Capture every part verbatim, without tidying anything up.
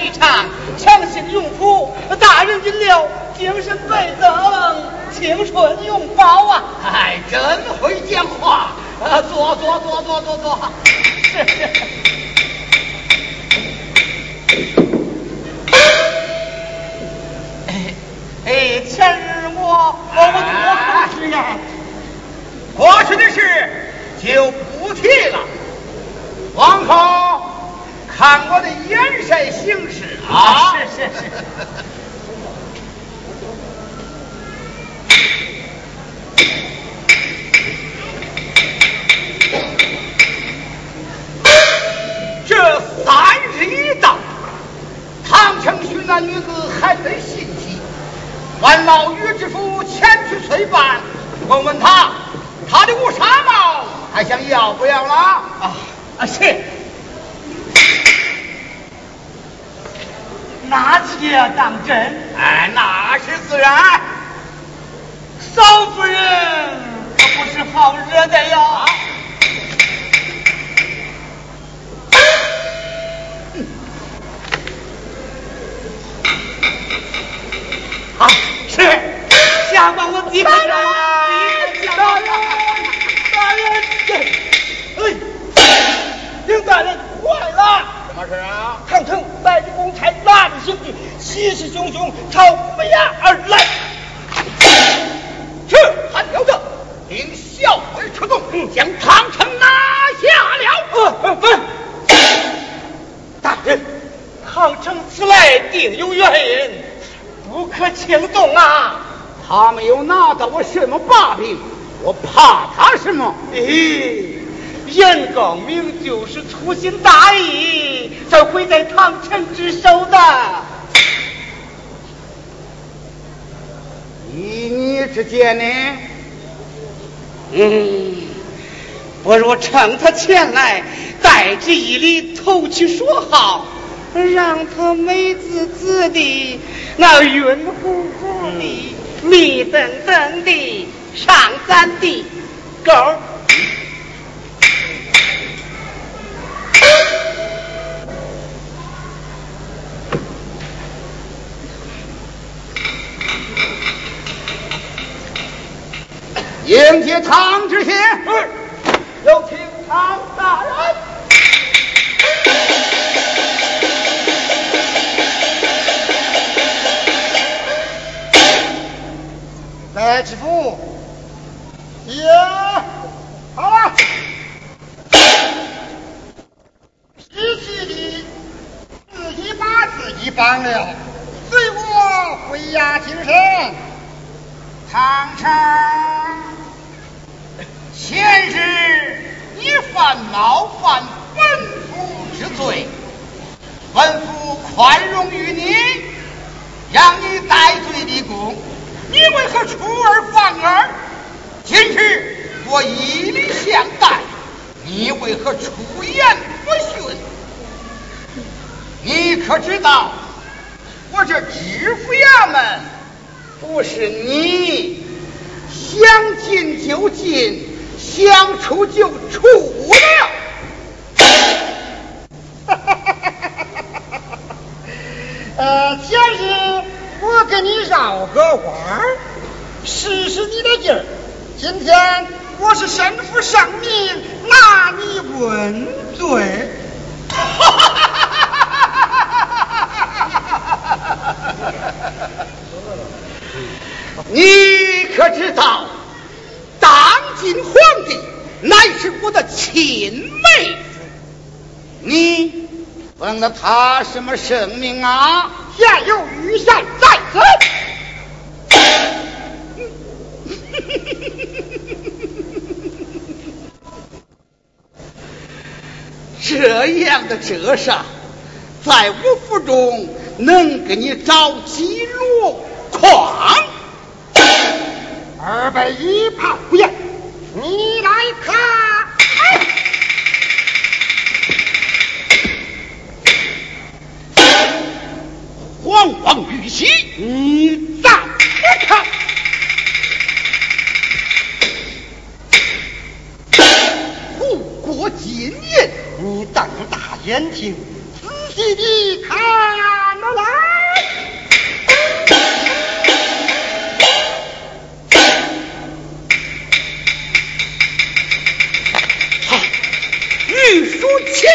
一场，诚心用夫，大人饮了，精神倍增，青春永葆啊！ 哎，真会讲话啊！坐坐坐坐坐坐，是是。 哎哎，前日我我我我是呀， 过去的事就不提了，往后看我的眼神行事啊！ 是是是。 这三日一到，唐城区那女子还没信息，万老于知府前去催办，问问他，他的乌纱帽还想要不要了？ 啊啊是。拿且当真？ 哎，那是自然。 少夫人可不是好惹的呀。啊，是，下官我即刻上。大人，大人，哎，丁大人坏了！ 什么事啊？ 唐城带着公差拉着兄弟，气势汹汹朝府衙而来。 是，韩彪子，领校尉出动，将唐城拿下了。 呃呃，大人，唐城此来定有原因，不可轻动啊！ 他没有拿到我什么把柄，我怕他什么？ 咦，严刚明就是粗心大意，才会在唐城之手的。 依你之见呢？ 嗯，不如趁他前来，带旨一礼，投其所好，让他美滋滋的，那晕乎乎的，迷瞪瞪的，上咱的钩。 迎接唐知县，有请唐大人。 来，知府，也好了，仔细的自己把自己绑了，随我回衙精神。 唐城，前日你犯冒犯本府之罪，本府宽容于你，让你戴罪立功，你为何出尔反尔？今日我以礼相待，你为何出言不逊？你可知道我这知府衙门不是你想进就进，想出就出了。呃，前日我给你绕个弯儿，试试你的劲儿。今天我是身负盛名，拿你问罪。 你可知道，当今皇帝乃是我的亲妹子，你问了他什么圣命啊？ 现有御膳在此。 这样的折煞，在我府中能给你找几箩筐？ 二百一炮不验，你来看。 皇皇玉玺， 你再来看。 护国金印， 你瞪大眼睛，仔细地看。 了来。 好，御书清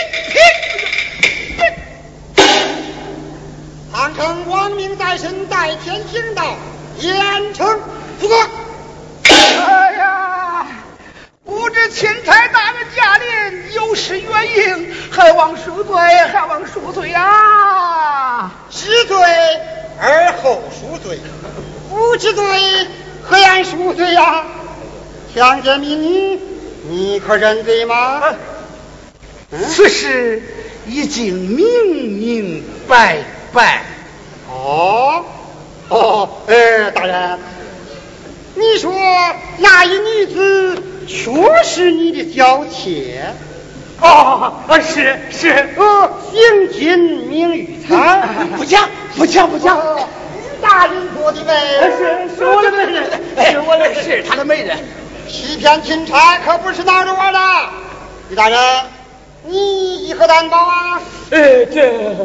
平。 唐城王明在身，代天行道，严惩不过。 哎呀，不知钦差大人驾临，有失远迎，还望恕罪，还望恕罪啊！ 知罪而后赎罪，不知罪何言赎罪呀？强奸民女，你可认罪吗？ 啊嗯、此事已经明明白白。 哦哦，呃，大人，你说那一女子确是你的小妾？ 哦，是是， 呃，行金名玉餐， 不假不假不假。 哦，大人做的美， 是是我的美人，是我的是他的美人。 欺骗钦差可不是闹着玩的。李大人，你以何担保啊？ 呃，这，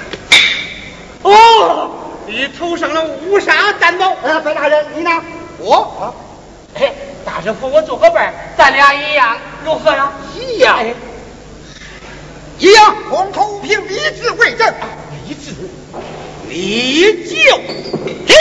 哦，你头上了乌纱担保。 呃，白大人，你呢？ 我啊， 哎，大人和我做个伴，咱俩一样，如何呀？ 一样。 哎一样，空口无凭，立字为证。 立字，立就立。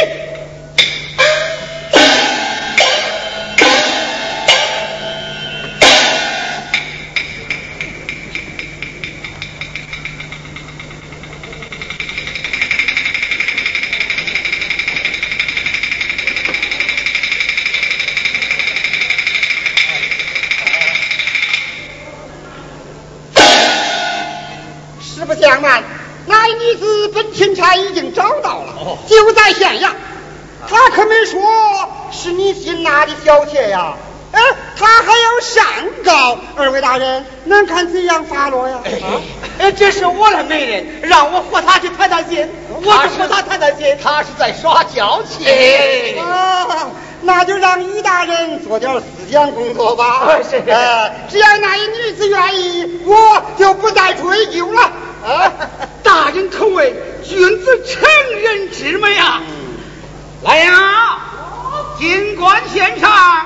实不相瞒，那一女子本钦差已经找到了， 哦、 就在县衙。他可没说是你新拿的小妾呀，哎，他还要上告。二位大人，能看怎样发落呀？ 哎，啊、哎这是我的美人，让我和她去谈谈心，我是和她谈谈心。 他是在耍娇气。 哎， 啊，那就让于大人做点思想工作吧。 啊、是， 呃，只要那一女子愿意，我就不再追究了。啊， 大人可谓君子成人之美啊！ 嗯、 来呀，进观现场。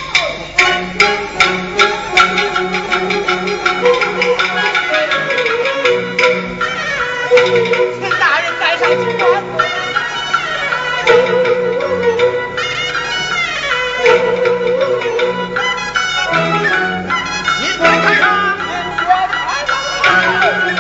请大人带上进观。 进观开上，进观开上。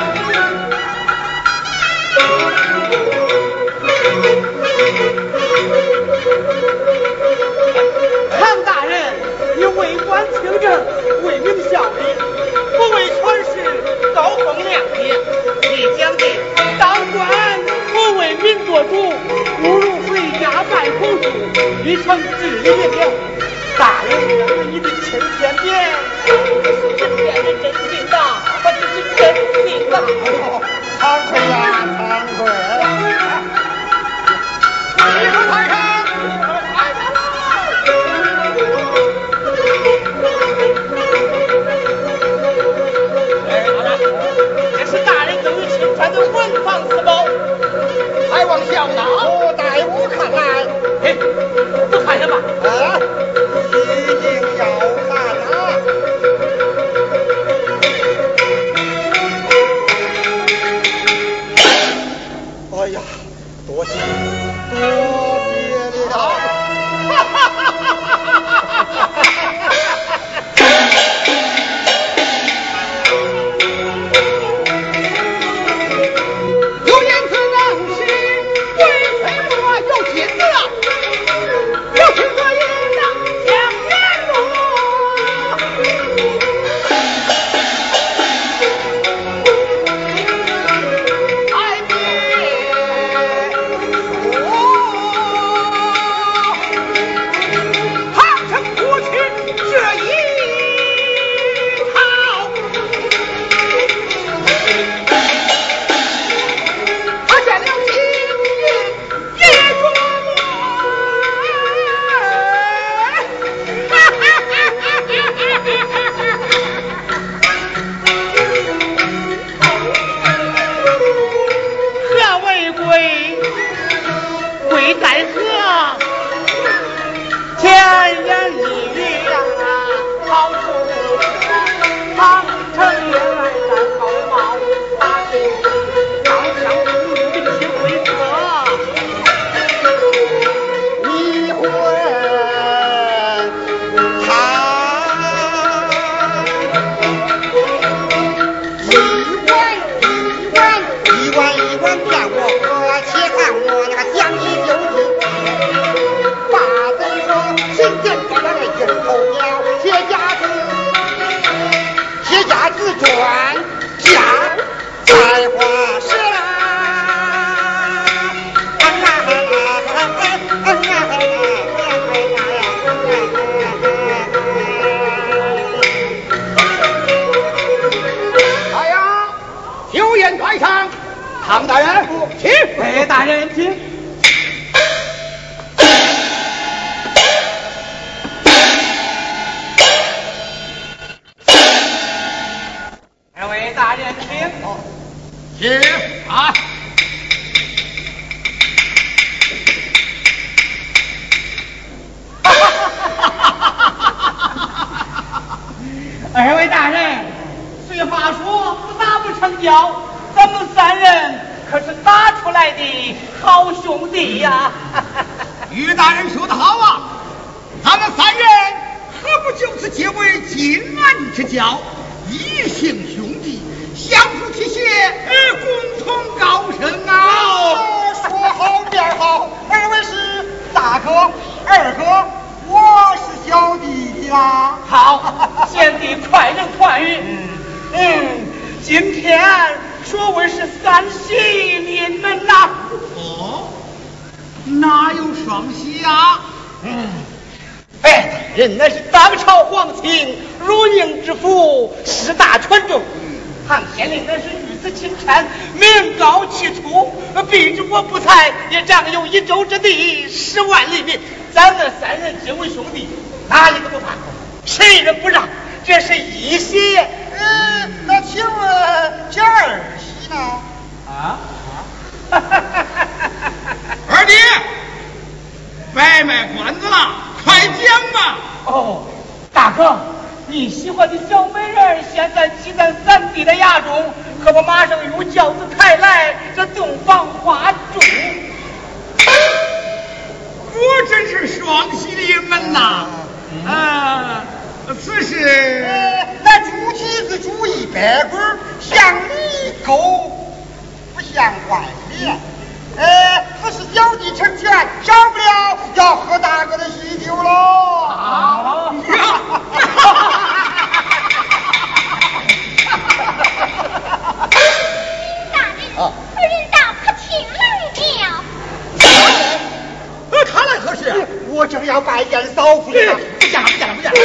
唐大人，你为官清正，为民效力，不为权势高风亮节。你讲的当官不为民做主，不如回家办口书，以成治理的了。大人认为你的青天匾，这是真变的真心呐，这是真心呐。 惭愧呀，惭愧。 一个台上。 文房四宝， 还望笑纳。 我待我看来， 哎，不看了吧？ 啊，一定要看。 唐大人，请。 哎，大人请。二位大人请。 请啊。 二位大人，虽话说不打不成交，咱们三人可是打出来的好兄弟呀！ 于大人说得好啊，咱们三人何不就此结为金兰之交，异姓兄弟，相互提携，共同高升啊！ 说好便好，二位是大哥，二哥。我是小弟弟啦， 好，贤弟快人快语。嗯嗯，今天说为是三喜临门呐。 哦，哪有双喜呀？ 嗯，哎，人那是当朝皇亲，如宁之福，势大传众。唐县令那是御此青山，名高气粗，必之我不才，也掌有一州之地，十万黎民。咱们三人结为兄弟，哪一个不怕？谁人不让？这是一喜。 嗯，那请问这二喜呢？ 啊？ 二弟，别卖关子了，快讲吧。 哦，大哥，你喜欢的小美人现在骑在三弟的衙中，可不马上有轿子抬来，这洞房花烛。 我真是双喜临门呐！啊，此事、 呃、那猪蹄子猪一百棍，像里狗，不像外脸。呃，此事小弟成全，少不了要喝大哥的喜酒喽。 好。 大人，二人到可请来了。 呃，他来何事？ 我正要拜见嫂夫人呢。 不见了，不见了，不见了。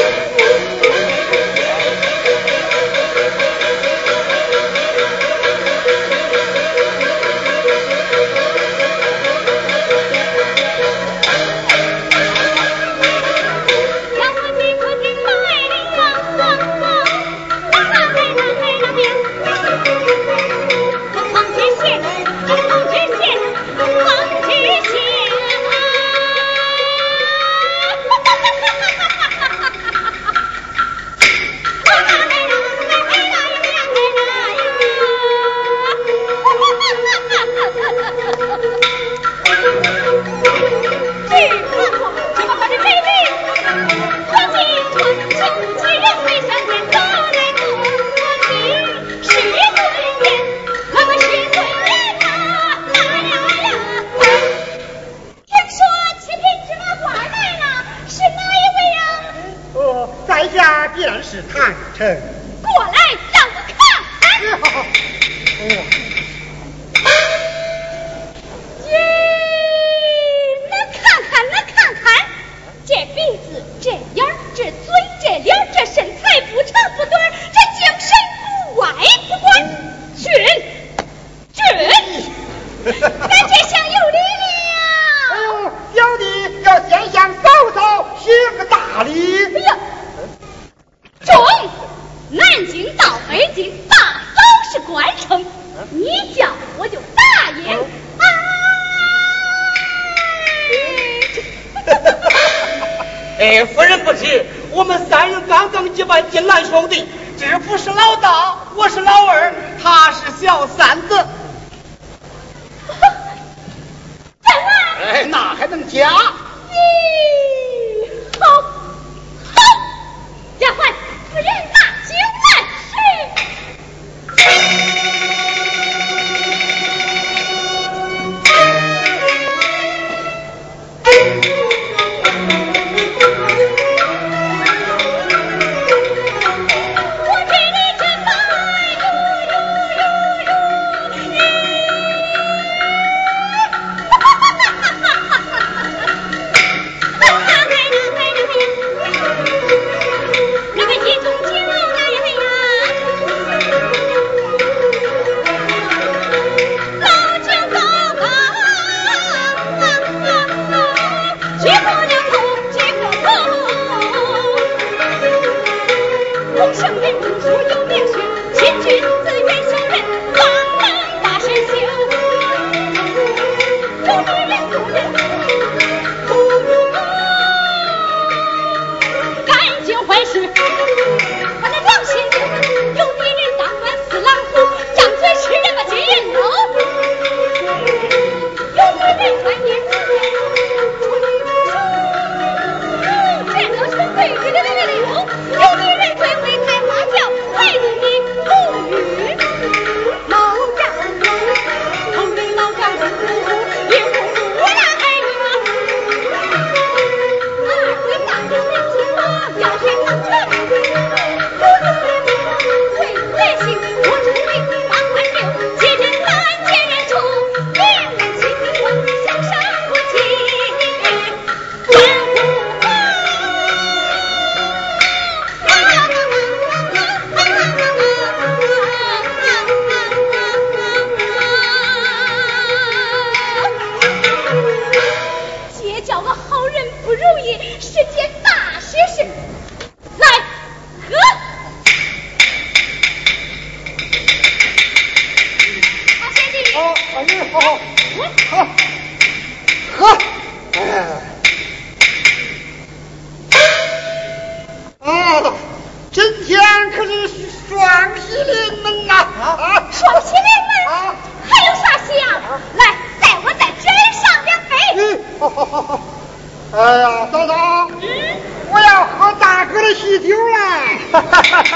那个终生人读书有名学，亲君子远小人，方能大神修。有的人做人不如我，干尽坏事把那良心丢。有的人当官似狼虎，张嘴吃人把金楼。有的人穿衣服出力不手，见到穷鬼对对对对溜。有的人最会开花轿，还有你不语老丈人，同为老丈人也不如那爱女。二位大人人听我要选当权，有的人最不耐心，我就为你把官留，接着三千人出，令人心里问向上不起，关乎结交个好人不容易，是件大喜事。来，喝！好，贤弟。 好，哎呀，好好，好，喝！哎，啊，今天可是双喜临门呐！啊， 双喜临门啊！ 还有啥喜啊？来，带我再斟上两杯。 嗯，好好好好。哎呀，嫂嫂， 嗯， 我要喝大哥的喜酒了。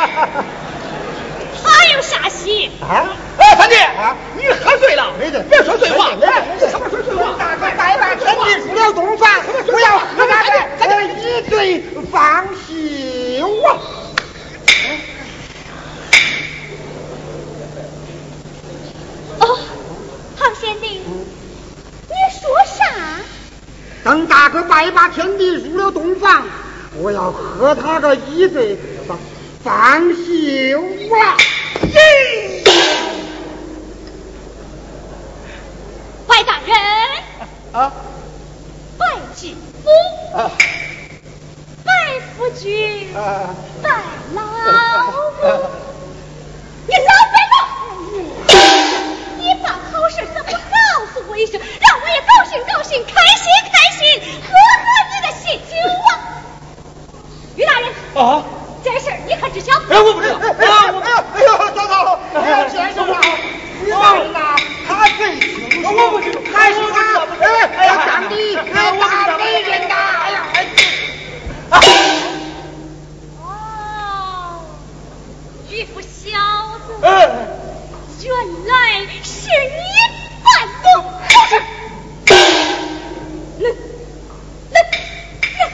还有啥喜？ 啊！ 哎，三弟， 啊你喝醉了， 没得， 别说醉话， 没得什么说醉话？ 大哥百万天地出了东方，我要喝那个呃一醉方休啊！ 哦，好贤弟，你说啥？ 等大哥拜把天地入了洞房，我要喝他个一醉方方休啊！耶！ 拜大人， 啊拜知府， 啊拜夫君， 啊！ 拜老母。你老别闹！你办好事怎么不告诉我一声，让我也高兴高兴，开心开心，喝喝你的喜酒啊！于大人啊， 这事儿你可知晓？ 哎，我不知道， 哎呦啊，我哎呦哎呦，嫂嫂，哎呀，先生啊，于大人呐，他最清楚， 我不知道还是他我不知道哎哎呀当地哎大美人呐，哎呀，哎哦，于府小子， 哎， 原来是你办的好事。那那那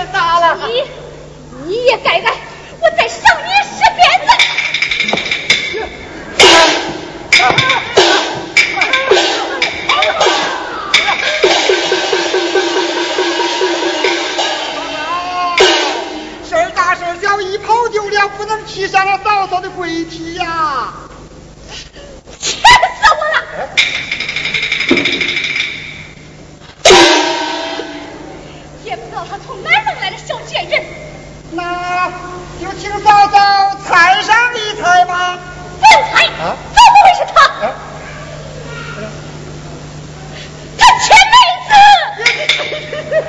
大了。 你你也该来，我再赏你十鞭子。 事儿大事儿小，一跑丢了，不能骑上了嫂嫂的跪体呀！ 气死我了！也不知道他从哪儿弄来的小贱人。 那就请嫂嫂猜上一猜吧。 不用猜， 啊、 怎么会是他？ 啊、 他欠妹子！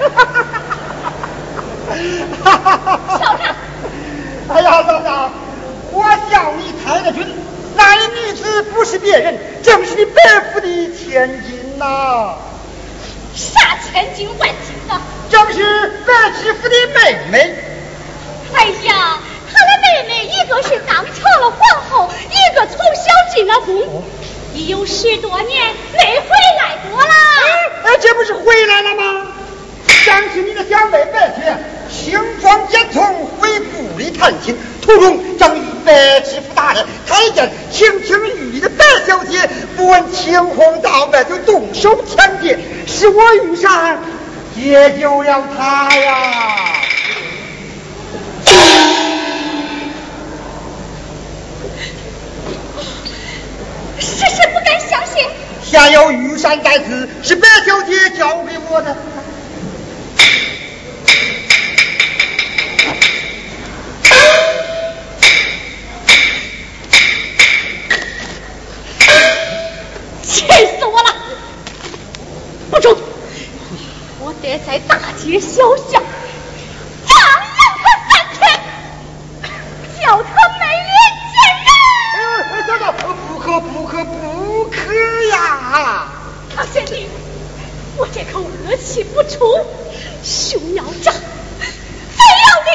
小子， 哎呀，嫂嫂，我叫你猜得准，那一女子不是别人，正是你伯父的千金呐、啊。 啥千金万金啊？ 正是伯知府的妹妹。 哎呀，他的妹妹一个是当朝了皇后，一个从小进了宫，已有十多年没回来过了。 哎，这不是回来了吗？想起你的小妹白雪轻装简从回府里探亲，途中正与白知府大人看见亭亭玉立的白小姐，不问青红皂白就动手抢劫，使我遇上解救了她呀。 实是不敢相信。 下有玉山在此，是白小姐交给我的。 气死我了！不中，我得在大街小巷张扬他三天，叫他没脸见人。 哎呦，嫂嫂，不可不可不可呀！ 唐贤弟，我这口恶气不出，兄要账，非要理。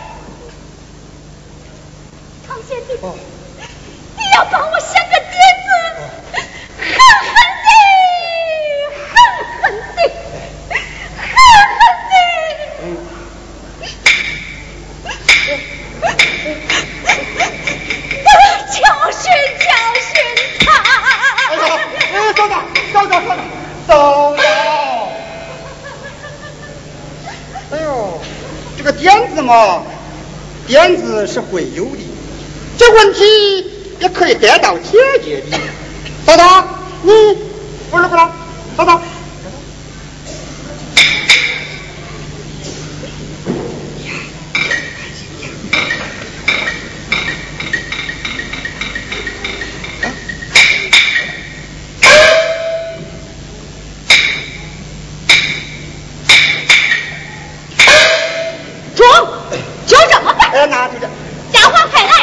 唐贤弟， 哦、 你要帮我想个点子，狠狠地，狠狠地，狠狠地，嗯，教训教训他。 哎呀，哎，嫂子，嫂子，嫂子，嫂子。哎呦，这个点子嘛，点子是会有的，这问题也可以得到解决的。嫂子，你不是不是，嫂子。哎，拿出去！ 家伙快来！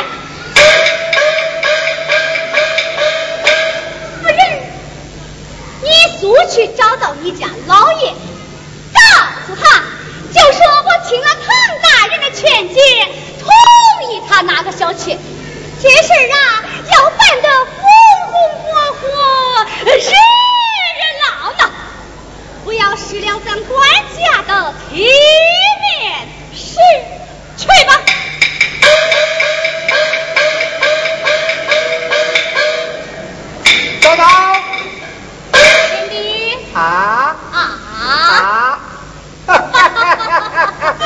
夫人，你速去找到你家老爷，告诉他，就说我听了唐大人的劝诫，同意他拿个小妾。这事儿啊，要办得红红火火，热热闹闹，不要失了咱官家的体面。是，去吧。 嫂嫂， 贤弟啊啊啊！哈哈哈哈哈哈！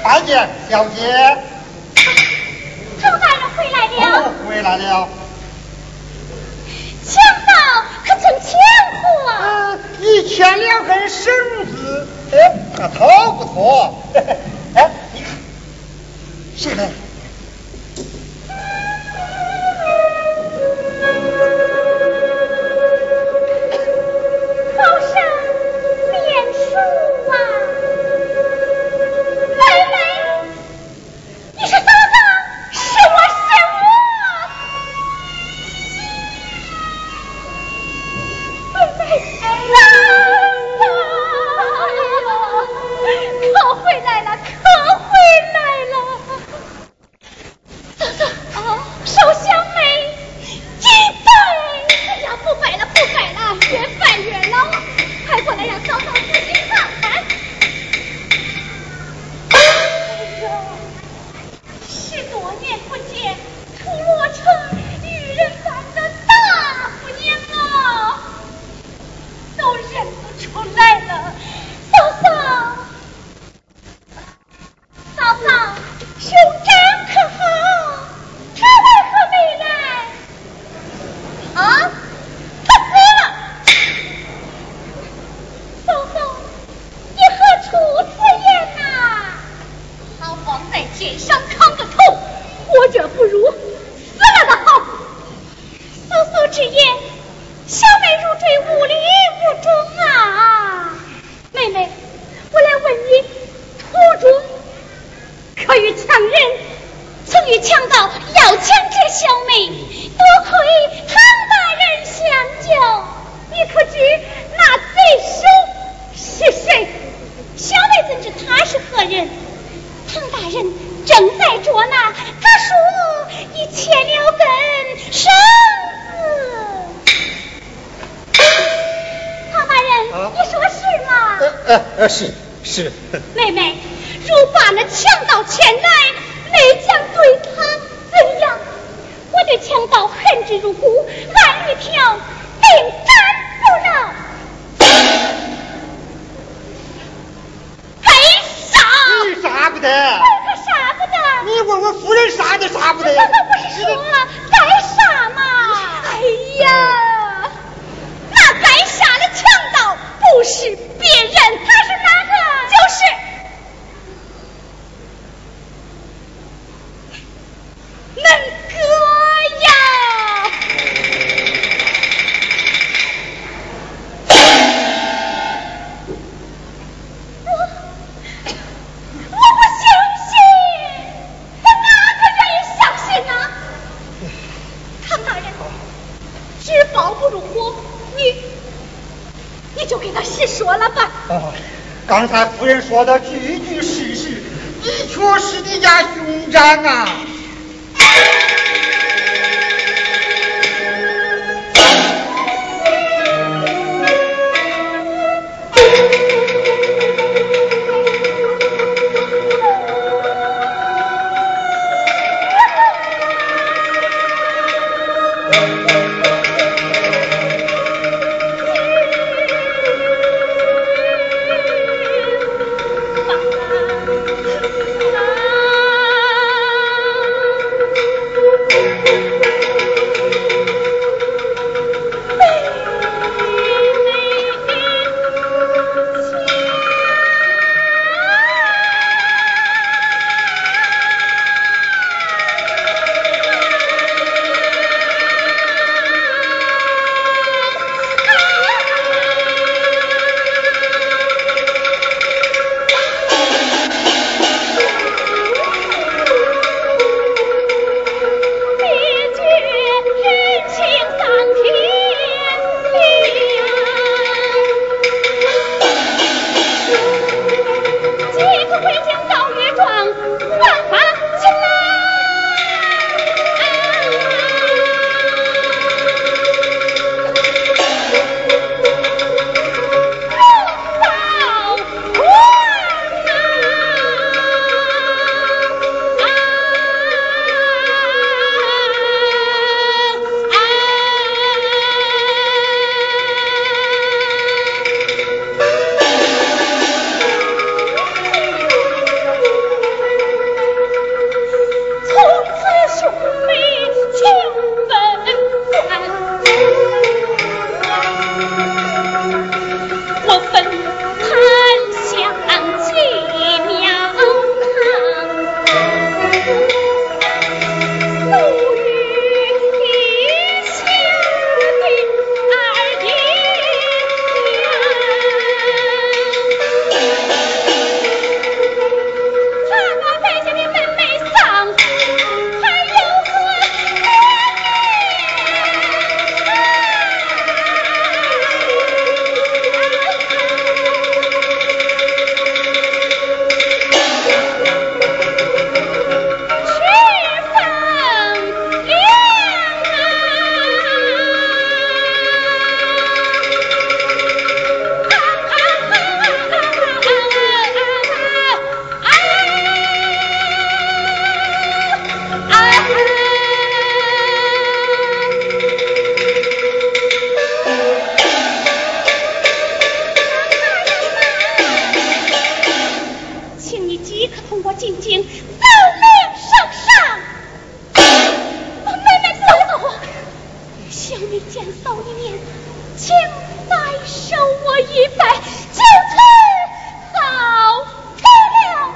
拜见小姐。 周大人回来了。 哦，回来了。 强盗可曾抢获？ 啊，你签两根绳子，哎，那头不错。哎，你看，谁来？ 好生面熟啊！妹妹，你是嫂子，是我想我。妹妹，嫂嫂，可回来了，可回来了。嫂嫂，少小妹，几拜！哎呀，不摆了，不摆了，越摆越老，快过来让嫂嫂仔细看看。哎呀，十多年不见，土罗城女人般的大姑娘啊，都认不出来了。嫂嫂，嫂嫂，兄长可好？他为何没来？啊？他死了！嫂嫂，你何出此言呐？他枉在肩上扛个头，活着不如死了的好。嫂嫂之言，小妹如坠无里无中啊！妹妹，我来问你，途中可与强人曾与强盗要强这小妹，多亏唐大人相救，你可知那贼首是谁？小妹怎知他是何人？唐大人正在捉拿，他说已签了根绳子。唐大人， 啊、 你说是吗？ 呃呃呃，是是。 妹妹，如把那强盗牵来，你将对他怎样？我对强盗恨之入骨，按律条定斩不饶。还杀？ 你杀不得。 为何杀不得？ 你问我夫人杀的杀不得？ 嫂嫂不是说了该杀吗？哎呀，那该杀的强盗不是别人，他是哪个？就是恁哥呀！我我不相信，哪个愿意相信呢？唐大人，纸包不住火，你你就给他实说了吧。 哦，刚才夫人说的句句事实，的确是你家兄长啊。 进京，奏令圣上。妹妹嫂嫂，小妹见嫂一面，请代受我一拜，就此告退了。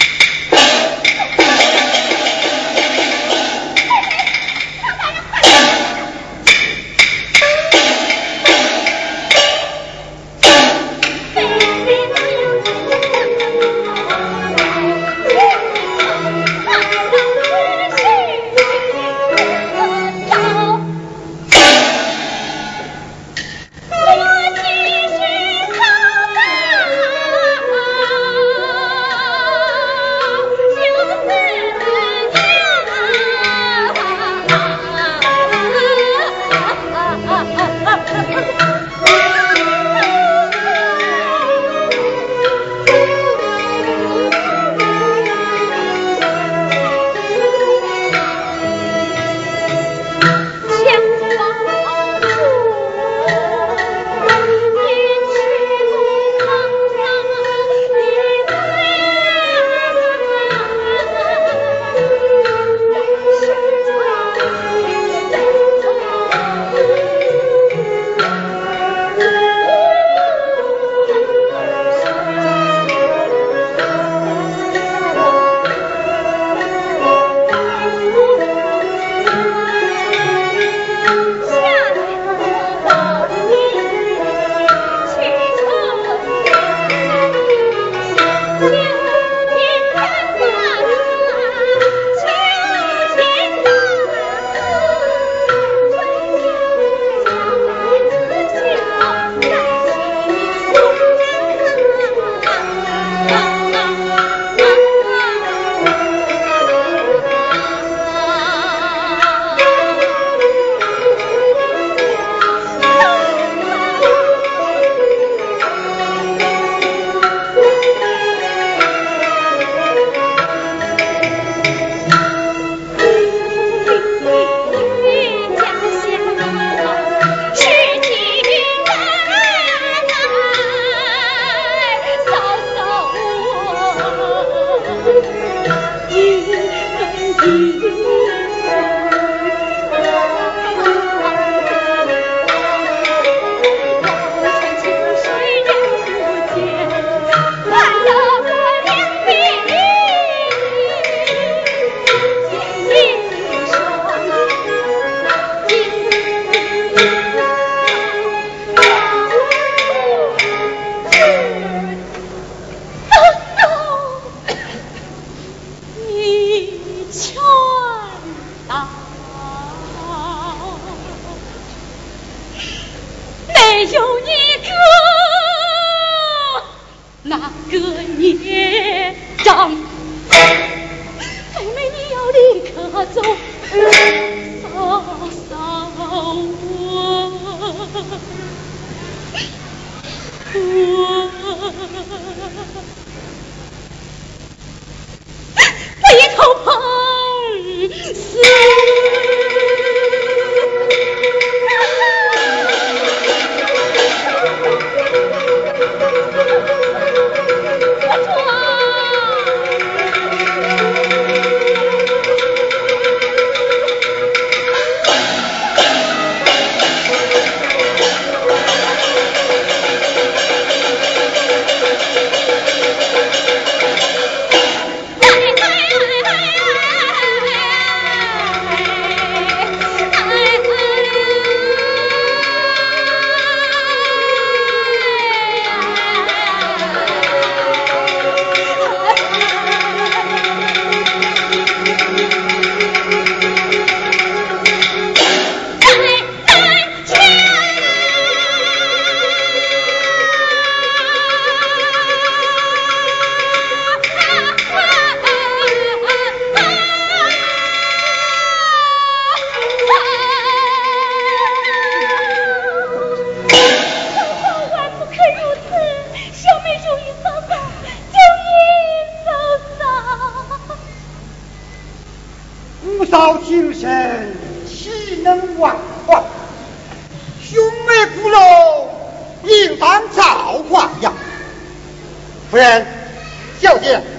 少情深，岂能忘怀？兄妹骨肉，应当造化呀！夫人，小姐，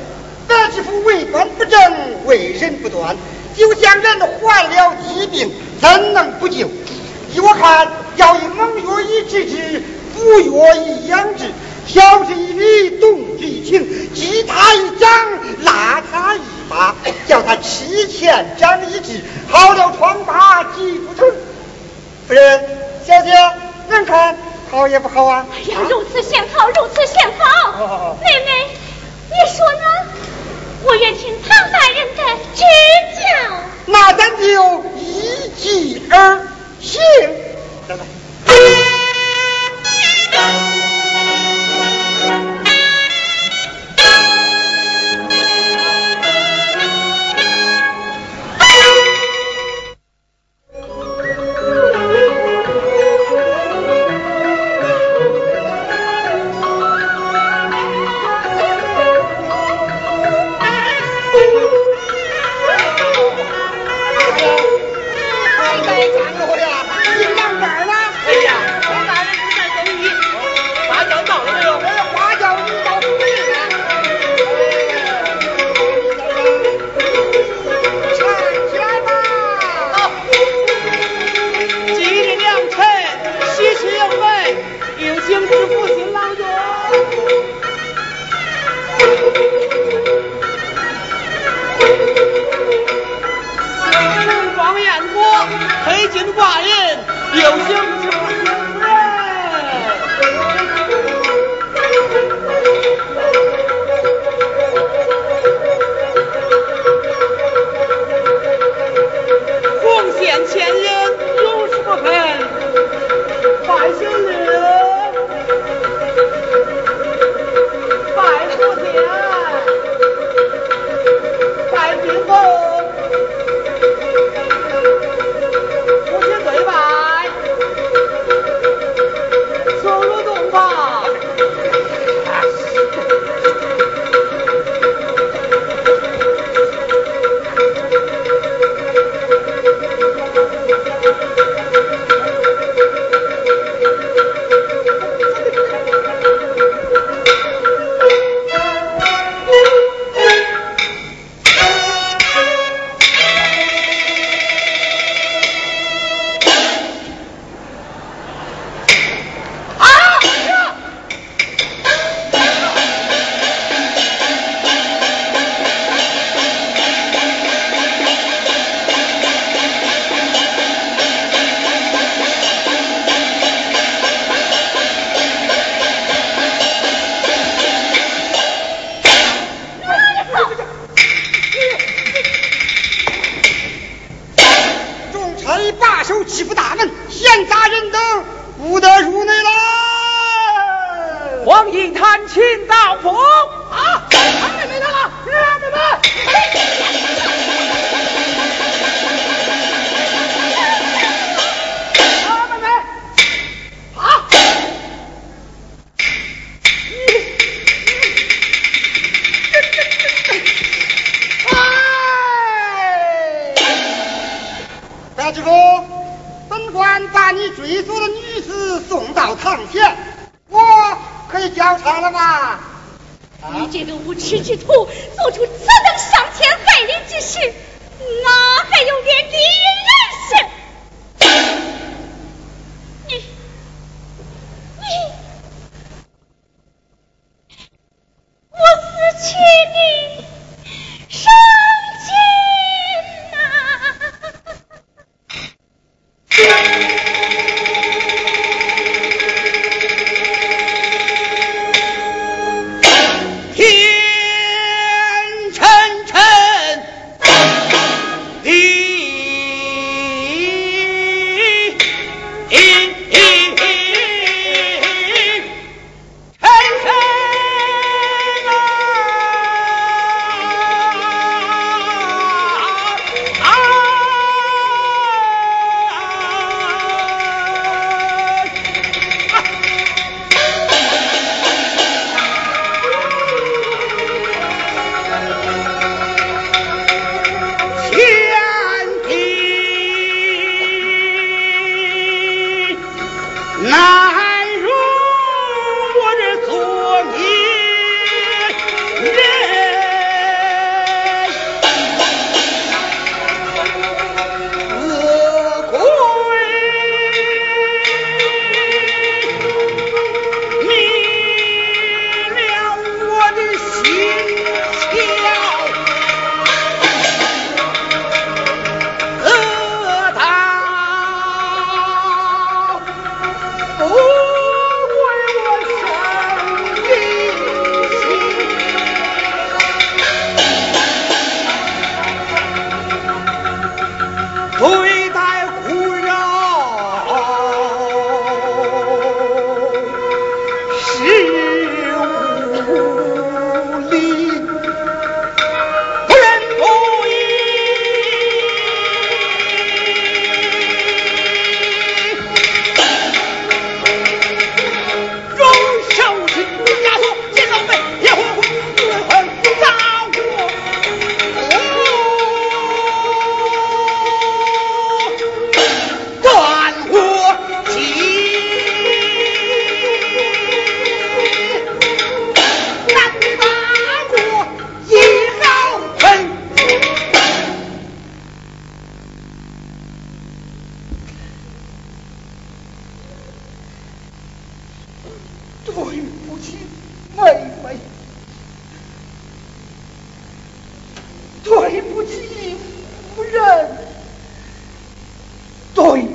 白知府为官不正，为人不端，就像人患了疾病，怎能不救？依我看，要以蒙药以治之，服药以养之，晓之以理，动之以情，击他一掌，拉他一把，叫他吃前长一智，好了疮疤即不成。夫人，小姐，人看好也不好啊？ 哎呀，如此甚好，如此甚好。 哦、 妹妹，你说呢？我愿听唐大人的指教。 那咱就依计而行。来来。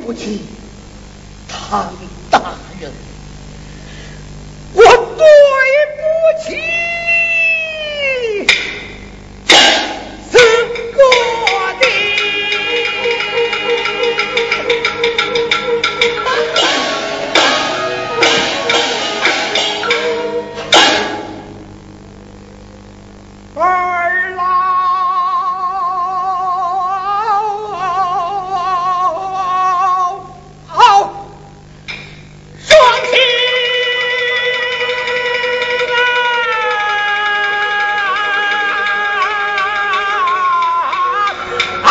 不起唐大人，我对不起四哥的。二老双亲啊！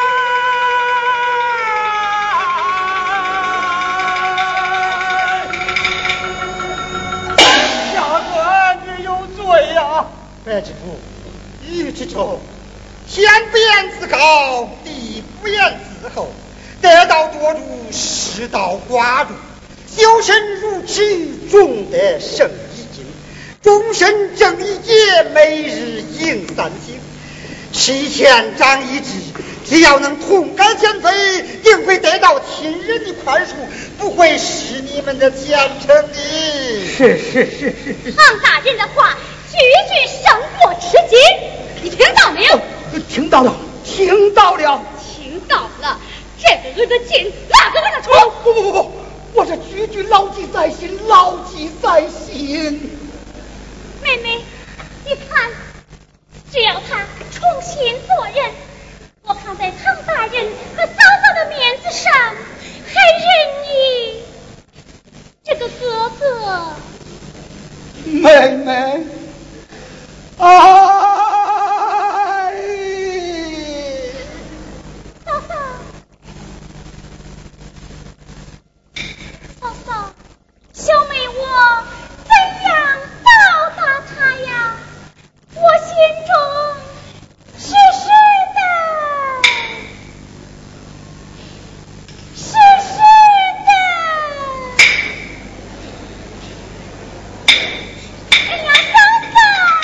下官你有罪呀！白知府，欲之仇，先不言自高，地不言自厚，得道多助，失道寡助，修身如尺，重得胜一斤，终身正一节，每日应三省，吃钱长一智，只要能痛改前非，定会得到亲人的宽恕，不会失你们的前程的。是是是是。 唐大人的话句句胜过吃惊，你听到没有？ 哦、听到了，听到了， 听到了。这个我的进，那个我的出。哦、 不不不不，我这句句牢记在心，牢记在心。 妹妹，你看，只要他重新做人，我看在唐大人和嫂嫂的面子上，还认你这个哥哥。 妹妹。哎， 嫂嫂，嫂嫂，小妹我怎样报答他呀？我心中实实的，实实的。哎呀，嫂嫂！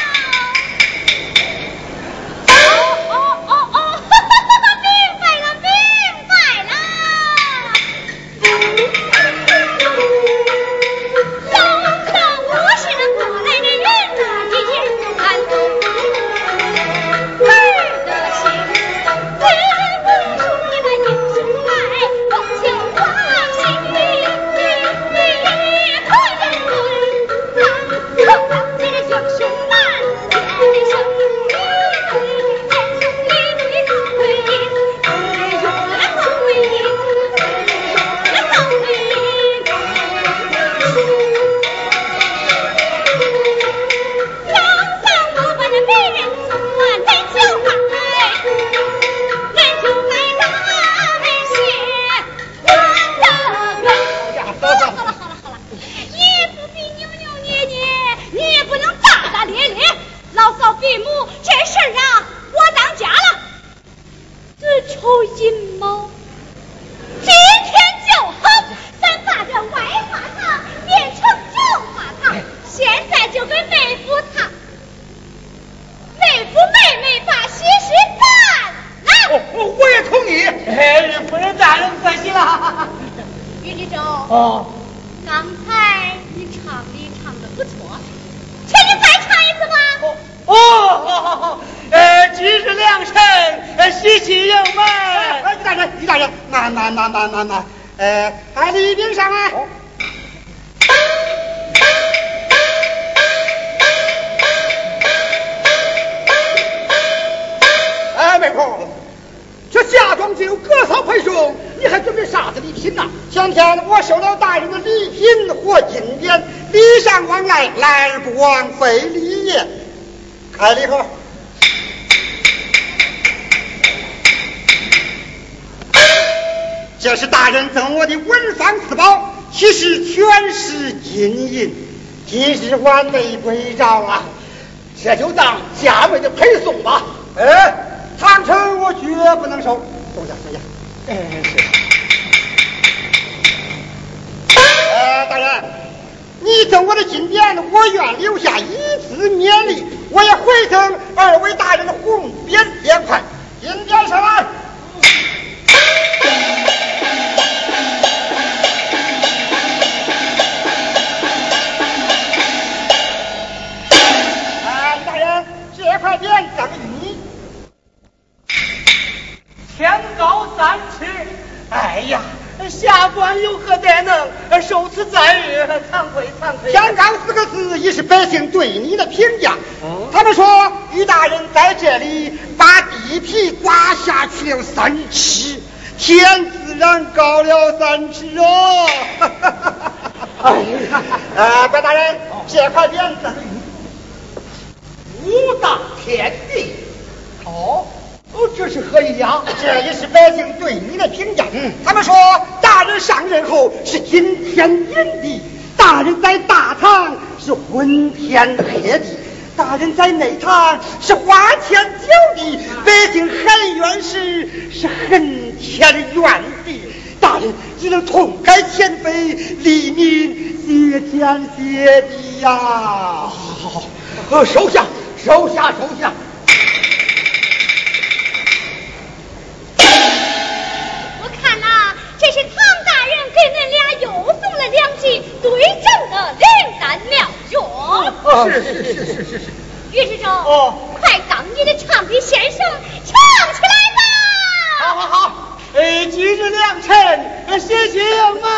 哦， 刚才你唱的唱的不错，请你再唱一次吧。 哦，好好好，呃，今日良辰，呃，喜气盈门。 哎，李大人，李大人，慢慢慢慢慢慢，呃，还礼宾上来。哦哎，媒婆，这嫁妆就有哥嫂陪送，你还准备啥子礼品呐？前天我收了大人的礼品和银匾，礼尚往来，来而不往非礼也。开礼盒。这是大人赠我的文房四宝，其实全是金银，今日晚辈归赵啊，这就当家妹的陪送吧。哎，唐城我绝不能收，坐下坐下。哎，是。呃，大人，你赠我的金匾，我愿留下以资勉励，我也回赠二位大人的红匾两块。金匾上来。 大官有何德能？受此在日，惭愧惭愧。 天罡四个字也是百姓对你的评价。 嗯、 他们说于大人在这里把地皮刮下去了三尺，天自然高了三尺哦。哎呀，呃，白大人，这块匾字武大天地。哦。哦，这是何意呀？ 这也是百姓对你的评价。嗯，他们说大人上任后是惊天引地，大人在大堂是昏天黑地，大人在内堂是花天酒地，百姓喊冤时是恨天怨地。大人只能痛改前非，黎民谢天谢地呀！好好好好，收下，收下，收下。 这是唐大人给恁俩又送了两句对症的灵丹妙药。 哦，是是是是是是。 于是说， 哦， 快当你的唱笔先生唱起来吧。 好好好，哎，今日良辰，谢谢我们。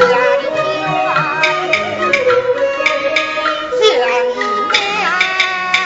将一年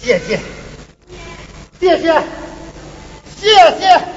谢谢，谢谢，谢谢。